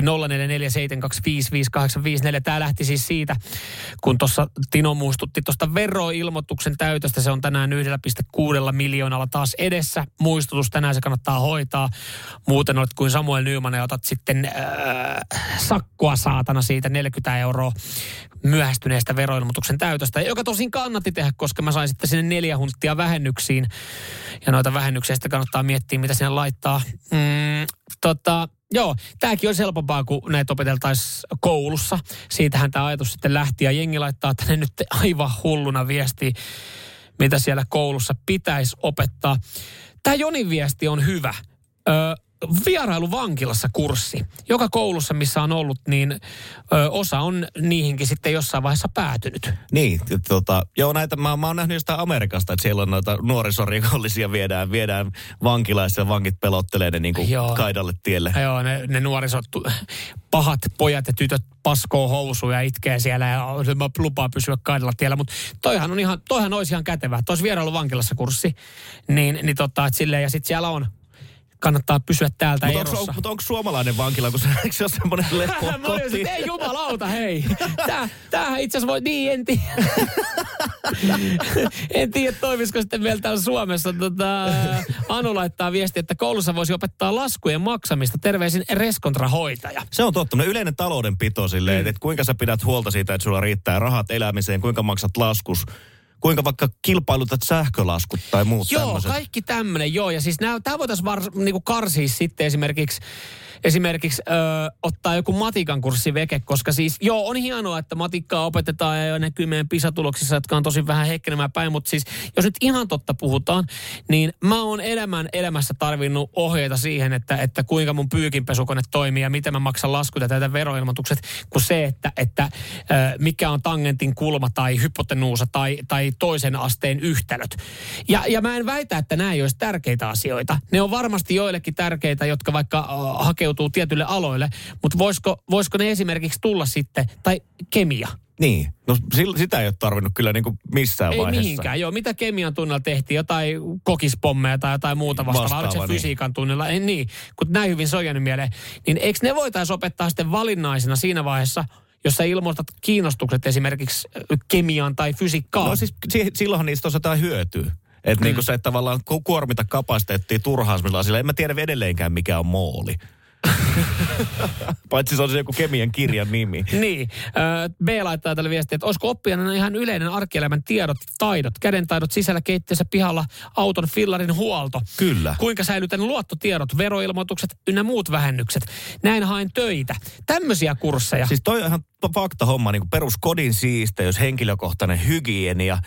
0447255854. Tämä lähti siis siitä, kun tuossa Tino muistutti tuosta veroilmoituksen täytöstä. Se on tänään 1,6 miljoonalla taas edessä. Muistutus tänään se kannattaa hoitaa. Muuten olet kuin Samuel Nyman ja otat sitten sakkoa saatana siitä 40 euroa myöhästyneestä veroilmoituksen täytöstä, joka tosin kannatti tehdä, koska mä sain sitten sinne 4 hunttia vähennyksiin. Ja noita vähennyksiä sitten kannattaa miettiä, mitä sinne laittaa. Joo, tämäkin olisi helpompaa, kun näitä opeteltaisiin koulussa. Siitähän tämä ajatus sitten lähti ja jengi laittaa tänne nyt aivan hulluna viestiä, mitä siellä koulussa pitäisi opettaa. Tämä Jonin viesti on hyvä. Vierailu vankilassa kurssi. Joka koulussa, missä on ollut, niin osa on niihinkin sitten jossain vaiheessa päätynyt. Niin, joo näitä, mä oon nähnyt jostain Amerikasta, että siellä on noita nuorisorikollisia viedään vankilaissa ja vankit pelottelee ne niin kuin kaidalle tielle. Joo, ne pahat pojat ja tytöt paskoo housuja ja itkee siellä ja mä lupaan pysyä kaidalla tiellä, mutta toihan olisi ihan kätevää. Tois vierailu vankilassa kurssi, niin että silleen ja sitten siellä on. Kannattaa pysyä täältä erossa. Mutta onko suomalainen vankila, kun se on semmoinen leppo koti? Ei jumalauta, hei. Tämähän itse asiassa voi, niin en tiedä. En tiedä, toimisiko sitten vielä täällä Suomessa. Anu laittaa viestiä, että koulussa voisi opettaa laskujen maksamista. Terveisin reskontrahoitaja. Se on totta. Yleinen taloudenpito silleen, että kuinka sä pidät huolta siitä, että sulla riittää rahat elämiseen, kuinka maksat laskus. Kuinka vaikka kilpailutat sähkölaskut tai muut tämmöiset. Joo, kaikki tämmöinen, joo. Ja siis tämä voitaisiin niinku karsia sitten esimerkiksi ottaa joku matikan kurssi veke, koska siis on hienoa, että matikkaa opetetaan ja näkyy meidän PISA-tuloksissa, jotka on tosi vähän heikkenemään päin, mutta siis jos nyt ihan totta puhutaan, niin mä oon elämässä tarvinnut ohjeita siihen, että kuinka mun pyykinpesukone toimii ja miten mä maksan laskut ja tätä veroilmoitukset, kuin se, että mikä on tangentin kulma tai hypotenuusa tai toisen asteen yhtälöt. Ja mä en väitä, että nämä ei olisi tärkeitä asioita. Ne on varmasti joillekin tärkeitä, jotka vaikka hakeutuu tietyille aloille, mutta voisiko ne esimerkiksi tulla sitten, tai kemia? Niin, no sitä ei ole tarvinnut kyllä niin kuin missään vaiheessa. Ei mihinkään, joo. Mitä kemian tunnilla tehtiin? Jotain kokispommeja tai jotain muuta vastaavaa. Oliko se fysiikan tunnilla? Ei niin, kun näin hyvin se on jäänyt mieleen. Niin eikö ne voitaisiin opettaa sitten valinnaisena siinä vaiheessa, jos sä ilmoitat kiinnostukset esimerkiksi kemiaan tai fysiikkaan? No siis silloinhan niistä osataan hyötyä. Että niin kuin se, että tavallaan kuormita kapasiteettia turhaan semmoisella asialla. En mä tiedä edelleenkään, mikä on mooli. Paitsi se on se joku kemian kirjan nimi. Niin. B laittaa tälle viestiä, että olisiko oppijana ihan yleinen arkielämän taidot, kädentaidot sisällä, keittiössä, pihalla, auton fillarin huolto. Kyllä. Kuinka säilytän luottotiedot, veroilmoitukset ynnä muut vähennykset. Näin haen töitä. Tämmöisiä kursseja. Siis toi on ihan fakta homma, niin kuin peruskodin siisteys, henkilökohtainen hygienia,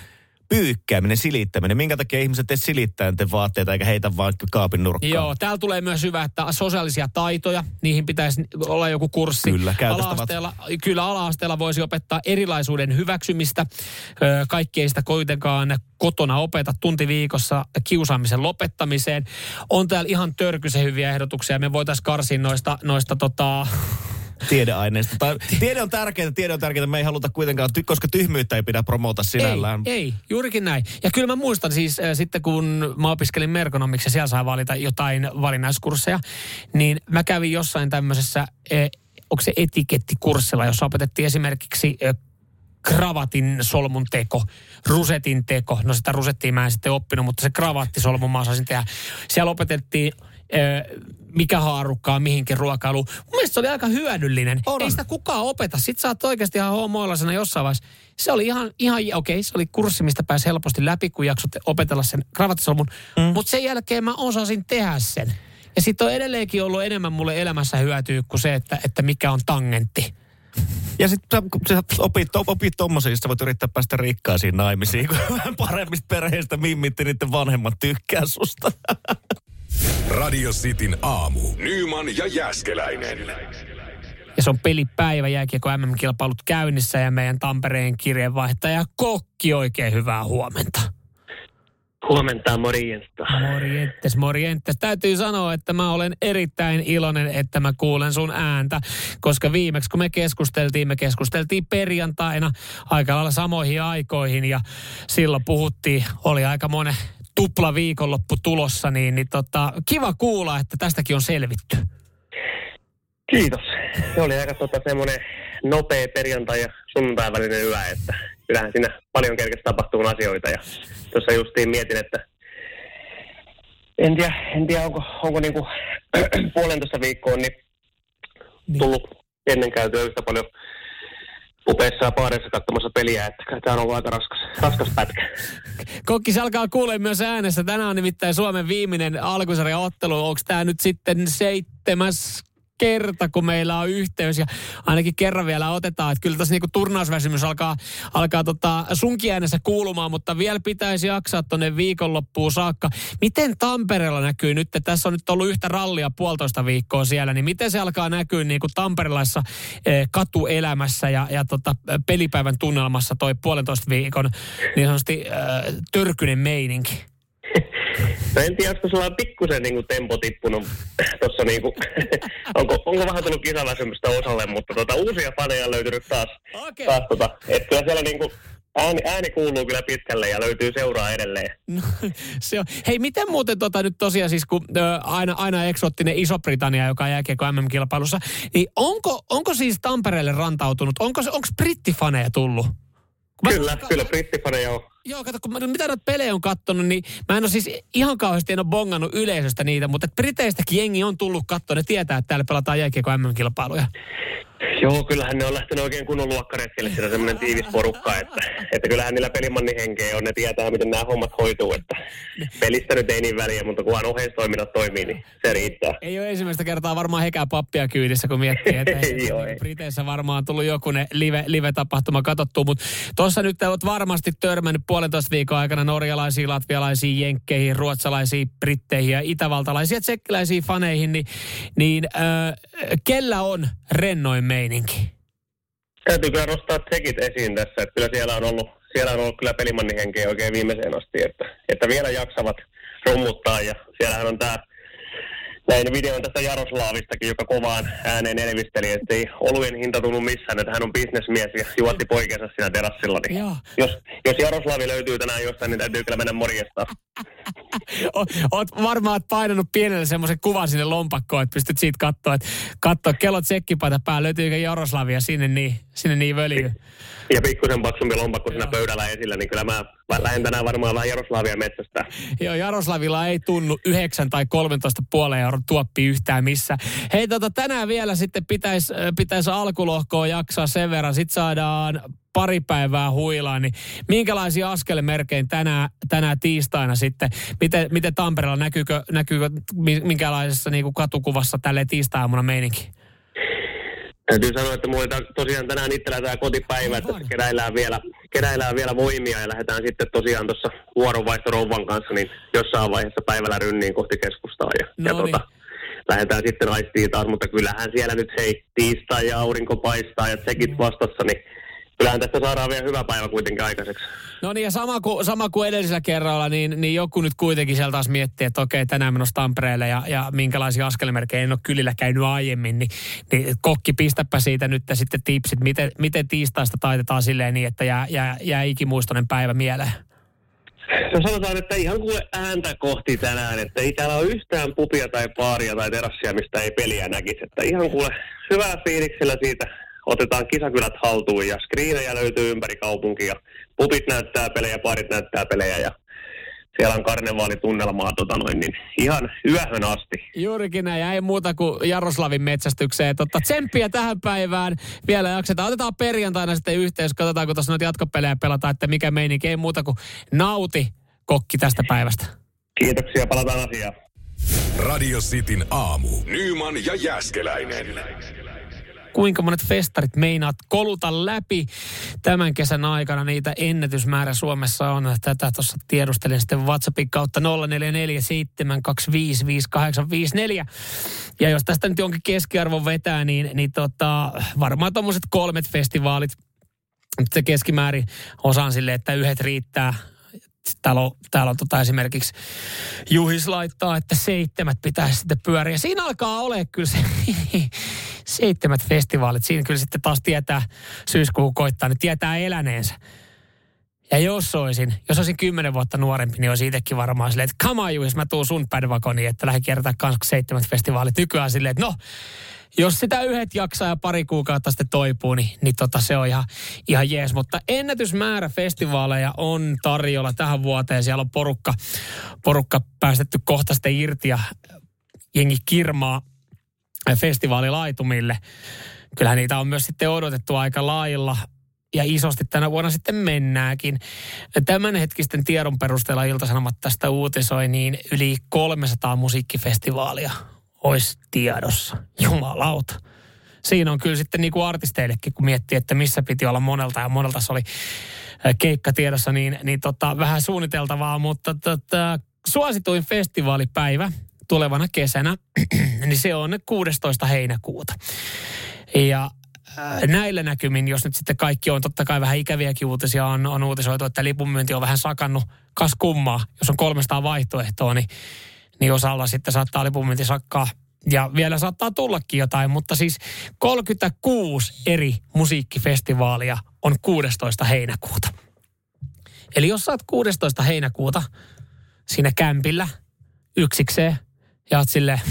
pyykkääminen, silittäminen. Minkä takia ihmiset edes silittää niiden vaatteita eikä heitä vaan kaapin nurkkaan? Joo, täällä tulee myös hyvä, että sosiaalisia taitoja, niihin pitäisi olla joku kurssi. Kyllä, ala-asteella voisi opettaa erilaisuuden hyväksymistä. Kaikki ei sitä kuitenkaan kotona opeta tunti viikossa kiusaamisen lopettamiseen. On täällä ihan törkyisen hyviä ehdotuksia. Me voitaisiin karsia noista tiedeaineista. Tiede on tärkeää. Me ei haluta kuitenkaan, koska tyhmyyttä ei pidä promota sinällään. Ei, juurikin näin. Ja kyllä mä muistan siis sitten, kun mä opiskelin merkonomiksi ja siellä sai valita jotain valinnaiskursseja, niin mä kävin jossain tämmöisessä, onko se etikettikurssilla, jossa opetettiin esimerkiksi kravatin solmun teko, rusetin teko. No sitä rusettia mä en sitten oppinut, mutta se kravattisolmun mä osasin tehdä. Siellä opetettiin mikä haarukkaa mihinkin ruokailuun. Mun mielestä se oli aika hyödyllinen. Ei sitä kukaan opeta. Sitten sä oot oikeasti ihan homoilaisena jossain vaiheessa. Se oli ihan okei, se oli kurssi, mistä pääsi helposti läpi, kun jaksot opetella sen kravattisolmun. Mutta sen jälkeen mä osasin tehdä sen. Ja sitten on edelleenkin ollut enemmän mulle elämässä hyötyä kuin se, että mikä on tangentti. Ja sitten kun sä opit tommosia, sä voit yrittää päästä rikkaisiin naimisiin, kun vähän paremmista perheistä mimmitti niiden vanhemmat tykkää susta. Radio Cityn aamu. Nyman ja Jääskeläinen. Ja se on pelipäivä, jääkiekko MM-kilpailut käynnissä ja meidän Tampereen kirjeenvaihtaja Kokki, oikein hyvää huomenta. Huomenta, morjesta. Morjentes. Täytyy sanoa, että mä olen erittäin iloinen, että mä kuulen sun ääntä, koska viimeksi kun me keskusteltiin perjantaina aika lailla samoihin aikoihin ja silloin oli aika monen tupla viikonloppu tulossa, niin kiva kuulla, että tästäkin on selvitty. Kiitos. Se oli aika semmoinen nopea perjantai ja sunnuntai välinen yö, että kyllähän siinä paljon kerkesi tapahtuu asioita ja tuossa justiin mietin, että en tiedä onko niinku 1,5 viikkoa niin tullut ennen käytyä yhtä paljon pupeissa ja baareissa katsomassa peliä, että tämä on ollut aika raskas pätkä. Kokki, se alkaa kuulee myös äänessä. Tänään on nimittäin Suomen viimeinen alkusarjan ottelu. Onko tämä nyt sitten 7. kerta, kun meillä on yhteys ja ainakin kerran vielä otetaan. Että kyllä tässä niinku turnausväsymys alkaa sunkin äänessä kuulumaan, mutta vielä pitäisi jaksaa tuonne viikonloppuun saakka. Miten Tampereella näkyy nyt? Tässä on nyt ollut yhtä rallia 1,5 viikkoa siellä, niin miten se alkaa näkyä niinku tamperelaisessa katuelämässä ja pelipäivän tunnelmassa toi 1,5 viikon niin sanotusti törkynen meininki? No en tiedä, olisiko sulla on pikkusen niin tempo tippunut tuossa niinku, onko vähän tullut kisaväsymystä osalle, mutta uusia faneja on löytynyt taas että kyllä siellä niinku ääni kuuluu kyllä pitkälle ja löytyy seuraa edelleen. No, se on. Hei, miten muuten nyt tosiaan siis, kun aina eksoottinen Iso-Britannia, joka on jääkiekko MM-kilpailussa, niin onko siis Tampereelle rantautunut, onko brittifaneja tullut? Kyllä brittifaneja on. Joo, kato, kun mitä noita pelejä on kattonut, niin mä en ole siis ihan kauheasti bongannut yleisöstä niitä, mutta Briteistäkin jengi on tullut katsoa, ne tietää, että täällä pelataan jääkiekko MM-kilpailuja. Joo, kyllähän ne on lähtenyt oikein kunnon luokkaretkelle, siellä on semmoinen tiivis porukka, että kyllähän niillä pelimannin henkeä on, ne tietää, miten nämä hommat hoituu, että pelistä nyt ei niin väliä, mutta kunhan oheistoiminnot toimii, niin se riittää. Ei ole ensimmäistä kertaa varmaan hekään pappia kyydissä, kun miettii, että ei. Briteissä varmaan on tullut joku live-tapahtuma katsottua, mutta tuossa nyt olet varmasti törmännyt 1,5 viikon aikana norjalaisiin, latvialaisiin, jenkkeihin, ruotsalaisiin, britteihin ja itävaltalaisiin, tsekkiläisiin faneihin, niin kellä on rennoin meininki? Täytyy kyllä nostaa tsekit esiin tässä, että kyllä siellä on ollut kyllä pelimannin henkeä oikein viimeiseen asti, että vielä jaksavat rummuttaa ja siellähän on näin videon tästä Jaroslavistakin, joka kovaan ääneen elvisteli, että ei olujen hinta tullut missään, että hän on bisnesmies ja juotti poikensa siinä terassilla. Niin jos Jaroslavi löytyy tänään jostain, niin täytyy kyllä mennä morjestaan. Oot varmaan painanut pienelle semmoisen kuvan sinne lompakkoon, että pystyt siitä katsoa kellot tsekkipaita päällä, löytyykö Jaroslavia sinne niin völjyyn. Ja pikkusen paksumpi lompakko siinä pöydällä esillä, niin kyllä mä lähden tänään varmaan vähän Jaroslavia metsästä. Joo, Jaroslavilla ei tunnu 9 tai 13,5 euron tuoppi yhtään missä. Hei, tänään vielä sitten pitäisi alkulohkoa jaksaa sen verran. Sitten saadaan pari päivää huilaan, niin minkälaisia askelmerkein tänään tiistaina sitten? Miten Tampereella näkyykö minkälaisessa niin kuin katukuvassa tälleen tiistai-aamuna meininki? Täytyy sanoa, että mulla oli tosiaan tänään itsellä tämä kotipäivä, että keräillään keräillään vielä voimia ja lähdetään sitten tosiaan tuossa vuoronvaihtorouvan kanssa, niin jossain vaiheessa päivällä rynniin kohti keskustaa lähdetään sitten aistiin taas, mutta kyllähän siellä nyt tiistai ja aurinko paistaa ja tsekit vastassa, niin kyllähän tästä saadaan vielä hyvä päivä kuitenkin aikaiseksi. No niin, ja sama kuin edellisellä kerralla, niin joku nyt kuitenkin sieltä taas miettii, että okei, tänään menossa Tampereelle ja minkälaisia askelmerkkejä en ole kylillä käynyt aiemmin, niin kokki, pistäpä siitä nyt sitten tipsit, miten tiistaista taitetaan silleen niin, että jää ikimuistoinen päivä mieleen. No sanotaan, että ihan kuule ääntä kohti tänään, että ei täällä ole yhtään pubia tai baaria tai terassia, mistä ei peliä näkisi. Että ihan kuule hyvällä fiiliksellä siitä otetaan kisakylät haltuun ja skriinejä löytyy ympäri kaupunkia. Pubit näyttää pelejä, baarit näyttää pelejä ja siellä on karnevaalitunnelmaa niin ihan yöhön asti. Juurikin näin, ja ei muuta kuin Jaroslavin metsästykseen. Tsemppiä tähän päivään vielä jaksetaan. Otetaan perjantaina sitten yhteys, katsotaan kun tuossa noita jatkopelejä pelataan, että mikä meininki. Ei muuta kuin nauti, kokki, tästä päivästä. Kiitoksia, palataan asiaan. Radio Cityn aamu. Nyman ja Jääskeläinen. Kuinka monet festarit meinaat koluta läpi tämän kesän aikana? Niitä ennätysmäärä Suomessa on. Tätä tuossa tiedustelin sitten WhatsAppin kautta 0447255854. Ja jos tästä nyt jonkin keskiarvon vetää, niin varmaan tommoset 3 festivaalit. Se keskimäärin osaan silleen, että 1 riittää. Täällä on esimerkiksi Juhis laittaa, että 7 pitäisi sitten pyöriä. Siinä alkaa olemaan kyllä se 7 festivaalit. Siinä kyllä sitten taas tietää, syyskuun koittaa, niin tietää eläneensä. Ja jos olisin 10 vuotta nuorempi, niin olisi itsekin varmaan silleen, että come on Juhis, mä tuun sun padwagoniin, että lähden kiertämään kanssa 7 festivaalit. Nykyään silleen, että no, jos sitä 1 jaksaa ja pari kuukautta sitten toipuu, niin se on ihan jees. Mutta ennätysmäärä festivaaleja on tarjolla tähän vuoteen. Siellä on porukka päästetty kohta sitten irti ja jengi kirmaa festivaalilaitumille. Kyllähän niitä on myös sitten odotettu aika lailla ja isosti tänä vuonna sitten mennääkin. Tämänhetkisten tiedon perusteella Ilta-Sanomat tästä uutisoi, niin yli 300 musiikkifestivaalia olisi tiedossa. Jumalauta. Siinä on kyllä sitten niin kuin artisteillekin, kun miettii, että missä piti olla monelta ja monelta se oli keikka tiedossa, niin vähän suunniteltavaa, mutta suosituin festivaalipäivä tulevana kesänä, niin se on 16. heinäkuuta. Ja näillä näkymin, jos nyt sitten kaikki on totta kai vähän ikäviäkin uutisia, on uutisoitu, että lipunmyynti on vähän sakannut kas kummaa. Jos on 300 vaihtoehtoa, niin osalla sitten saattaa lipunmyynti sakkaa. Ja vielä saattaa tullakin jotain, mutta siis 36 eri musiikkifestivaalia on 16. heinäkuuta. Eli jos sä oot 16. heinäkuuta siinä kämpillä yksikseen ja oot silleen,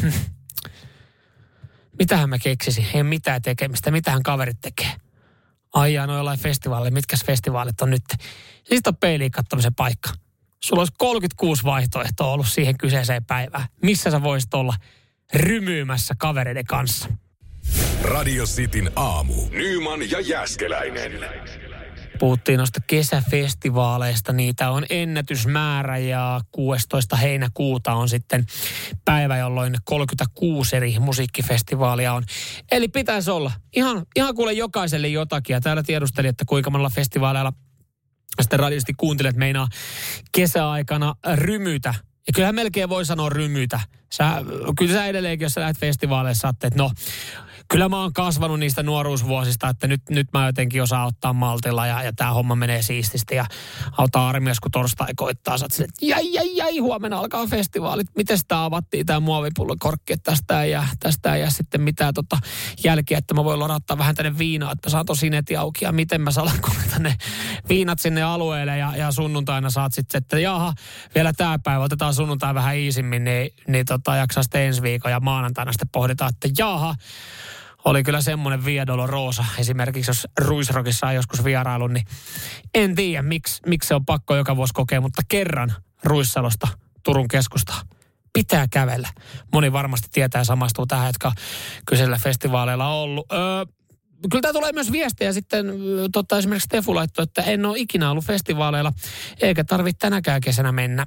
mitähän mä keksisin, ei mitään tekemistä, mitähän kaverit tekee. Ai jaa, no jollain festivaaleilla, mitkäs festivaalit on nyt? Sitten on peiliin katsomisen paikka. Sulla olisi 36 vaihtoehtoa ollut siihen kyseiseen päivään. Missä sä voisit olla rymyymässä kavereiden kanssa? Radio Cityn aamu. Nyman ja Jääskeläinen. Puhuttiin noista kesäfestivaaleista. Niitä on ennätysmäärä ja 16. heinäkuuta on sitten päivä, jolloin 36 eri musiikkifestivaalia on. Eli pitäisi olla ihan kuule jokaiselle jotakin. Ja täällä tiedusteli, että kuinka monella festivaaleilla sitten radiosti kuuntelet meinaa kesäaikana rymytä. Ja kyllähän melkein voi sanoa rymytä. Kyllä sä edelleenkin, jos sä lähdet festivaaleissa, saatte, että no, kyllä mä oon kasvanut niistä nuoruusvuosista, että nyt mä jotenkin osaan ottaa maltilla ja tää homma menee siististi ja auttaa armias, kun torstai koittaa. Sä oot silleen, että jäi, huomenna alkaa festivaalit. Miten tää avattiin tää muovipullokorkki, että tästä ei jää sitten mitään jälkiä, että mä voin lorattaa vähän tänne viinaa, että mä saan tosi neti auki ja miten mä salakuljetan ne viinat sinne alueelle ja sunnuntaina saat sitten, että jaha, vielä tää päivä, otetaan sunnuntai vähän iisimmin, niin jaksaa sitten ensi viikon ja maanantaina sitten pohditaan, että jaha, oli kyllä semmoinen Via Dolorosa. Esimerkiksi jos Ruisrockissa on joskus vierailun, niin en tiedä, miksi se on pakko joka vuosi kokea, mutta kerran Ruissalosta Turun keskustaan pitää kävellä. Moni varmasti tietää ja samastuu tähän, jotka kyseisellä festivaaleilla on ollut. Kyllä tämä tulee myös viestejä sitten, esimerkiksi Stefu laittoi, että en ole ikinä ollut festivaaleilla, eikä tarvitse tänäkään kesänä mennä.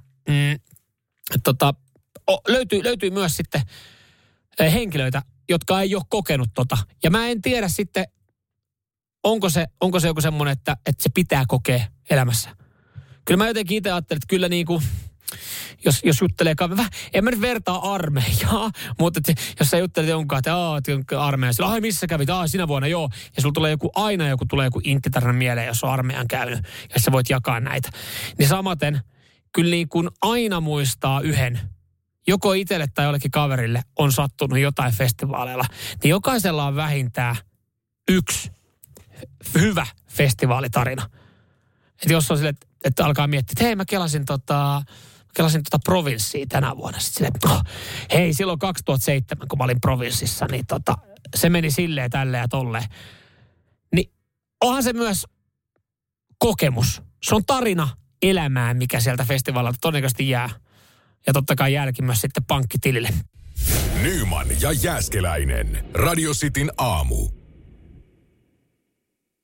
Löytyy myös sitten henkilöitä, jotka ei ole kokenut . Ja mä en tiedä sitten, onko se joku semmoinen, että se pitää kokea elämässä? Kyllä mä jotenkin itse ajattelin, että kyllä niin kuin, jos juttelee, en mä nyt vertaa armeijaa, mutta jos sä juttelet jonkaan, että armeija, sillä missä kävit, sinä vuonna, joo. Ja sulla tulee aina joku intitarina mieleen, jos on armeijan käynyt, ja sä voit jakaa näitä. Niin samaten, kyllä niin kuin aina muistaa yhden, joko itselle tai jollekin kaverille on sattunut jotain festivaaleilla, niin jokaisella on vähintään yksi hyvä festivaalitarina. Että jos on silleen, että alkaa miettiä, että hei mä kelasin provinssia tänä vuonna. Sitten silleen, hei silloin 2007, kun mä olin provinssissa, niin se meni silleen, tälleen ja tolleen. Niin onhan se myös kokemus. Se on tarina elämään, mikä sieltä festivaalilta todennäköisesti jää. Ja totta kai jälki myös sitten pankkitilille. Nyman ja Jääskeläinen. Radio Cityn aamu.